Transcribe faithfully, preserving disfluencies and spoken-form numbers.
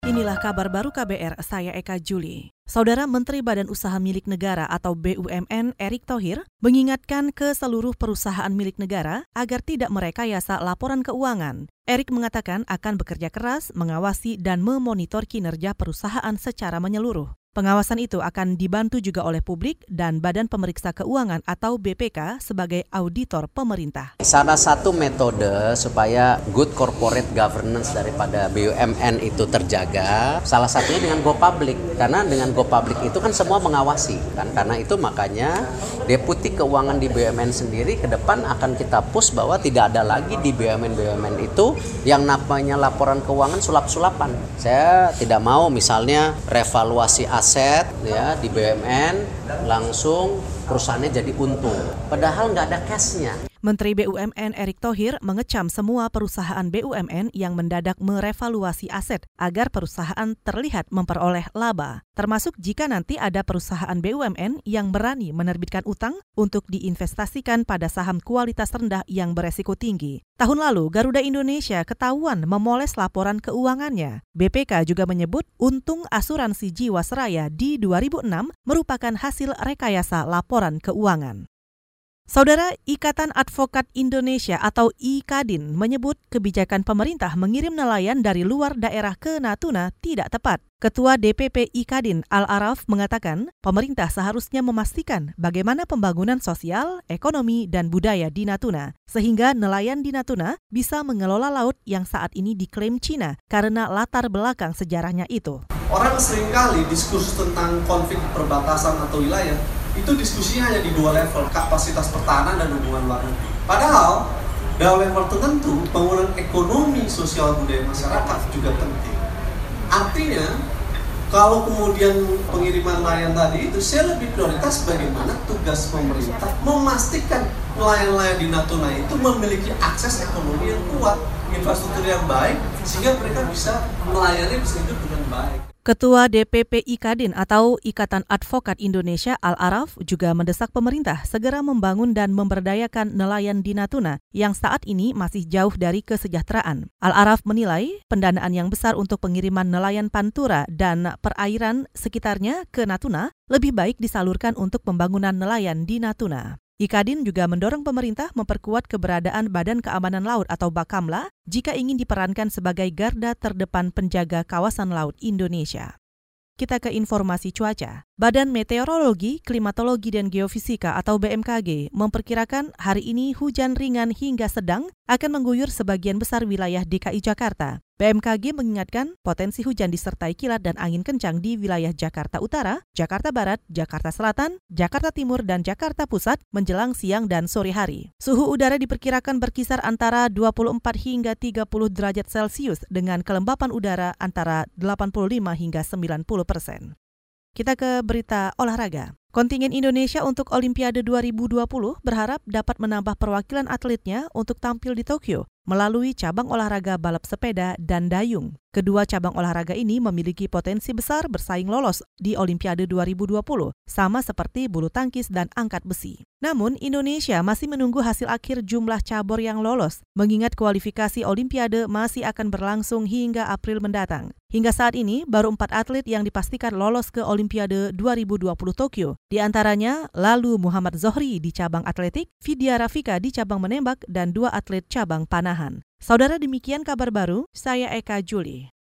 Inilah kabar baru K B R, saya Eka Juli. Saudara Menteri Badan Usaha Milik Negara atau B U M N Erick Thohir mengingatkan ke seluruh perusahaan milik negara agar tidak merekayasa laporan keuangan. Erick mengatakan akan bekerja keras, mengawasi dan memonitor kinerja perusahaan secara menyeluruh. Pengawasan itu akan dibantu juga oleh publik dan Badan Pemeriksa Keuangan atau B P K sebagai auditor pemerintah. Salah satu metode supaya good corporate governance daripada B U M N itu terjaga, salah satunya dengan go public. Karena dengan go public itu kan semua mengawasi. Kan? Karena itu makanya Deputi Keuangan di B U M N sendiri ke depan akan kita push bahwa tidak ada lagi di B U M N-B U M N itu yang namanya laporan keuangan sulap-sulapan. Saya tidak mau misalnya revaluasi aset ya di B U M N langsung perusahaannya jadi untung, padahal nggak ada cash-nya. Menteri B U M N Erick Thohir mengecam semua perusahaan B U M N yang mendadak merevaluasi aset agar perusahaan terlihat memperoleh laba, termasuk jika nanti ada perusahaan B U M N yang berani menerbitkan utang untuk diinvestasikan pada saham kualitas rendah yang beresiko tinggi. Tahun lalu, Garuda Indonesia ketahuan memoles laporan keuangannya. B P K juga menyebut untung asuransi Jiwasraya di dua ribu enam merupakan hasil rekayasa laporan keuangan. Saudara, Ikatan Advokat Indonesia atau I K A D I N menyebut kebijakan pemerintah mengirim nelayan dari luar daerah ke Natuna tidak tepat. Ketua D P P I K A D I N Al-Araf mengatakan pemerintah seharusnya memastikan bagaimana pembangunan sosial, ekonomi, dan budaya di Natuna, sehingga nelayan di Natuna bisa mengelola laut yang saat ini diklaim Cina karena latar belakang sejarahnya itu. Orang seringkali diskursus tentang konflik perbatasan atau wilayah itu diskusinya hanya di dua level, kapasitas pertahanan dan hubungan luar negeri. Padahal, dalam level tertentu, pembangunan ekonomi, sosial, budaya masyarakat juga penting. Artinya, kalau kemudian pengiriman nelayan tadi itu, saya lebih prioritas bagaimana tugas pemerintah memastikan nelayan-nelayan di Natuna itu memiliki akses ekonomi yang kuat, infrastruktur yang baik, sehingga mereka bisa melayani bisa hidup dengan baik. Ketua D P P I K A D I N atau Ikatan Advokat Indonesia Al-Araf juga mendesak pemerintah segera membangun dan memberdayakan nelayan di Natuna yang saat ini masih jauh dari kesejahteraan. Al-Araf menilai pendanaan yang besar untuk pengiriman nelayan Pantura dan perairan sekitarnya ke Natuna lebih baik disalurkan untuk pembangunan nelayan di Natuna. I K A D I N juga mendorong pemerintah memperkuat keberadaan Badan Keamanan Laut atau Bakamla jika ingin diperankan sebagai garda terdepan penjaga kawasan laut Indonesia. Kita ke informasi cuaca. Badan Meteorologi, Klimatologi, dan Geofisika atau B M K G memperkirakan hari ini hujan ringan hingga sedang akan mengguyur sebagian besar wilayah D K I Jakarta. B M K G mengingatkan potensi hujan disertai kilat dan angin kencang di wilayah Jakarta Utara, Jakarta Barat, Jakarta Selatan, Jakarta Timur, dan Jakarta Pusat menjelang siang dan sore hari. Suhu udara diperkirakan berkisar antara dua puluh empat hingga tiga puluh derajat Celcius dengan kelembapan udara antara delapan puluh lima hingga sembilan puluh persen. Kita ke berita olahraga. Kontingen Indonesia untuk Olimpiade dua ribu dua puluh berharap dapat menambah perwakilan atletnya untuk tampil di Tokyo melalui cabang olahraga balap sepeda dan dayung. Kedua cabang olahraga ini memiliki potensi besar bersaing lolos di Olimpiade dua ribu dua puluh, sama seperti bulu tangkis dan angkat besi. Namun, Indonesia masih menunggu hasil akhir jumlah cabur yang lolos, mengingat kualifikasi Olimpiade masih akan berlangsung hingga April mendatang. Hingga saat ini, baru empat atlet yang dipastikan lolos ke Olimpiade dua ribu dua puluh Tokyo. Di antaranya, Lalu Muhammad Zohri di cabang atletik, Vidya Rafika di cabang menembak, dan dua atlet cabang panahan. Saudara, demikian kabar baru, saya Eka Juli.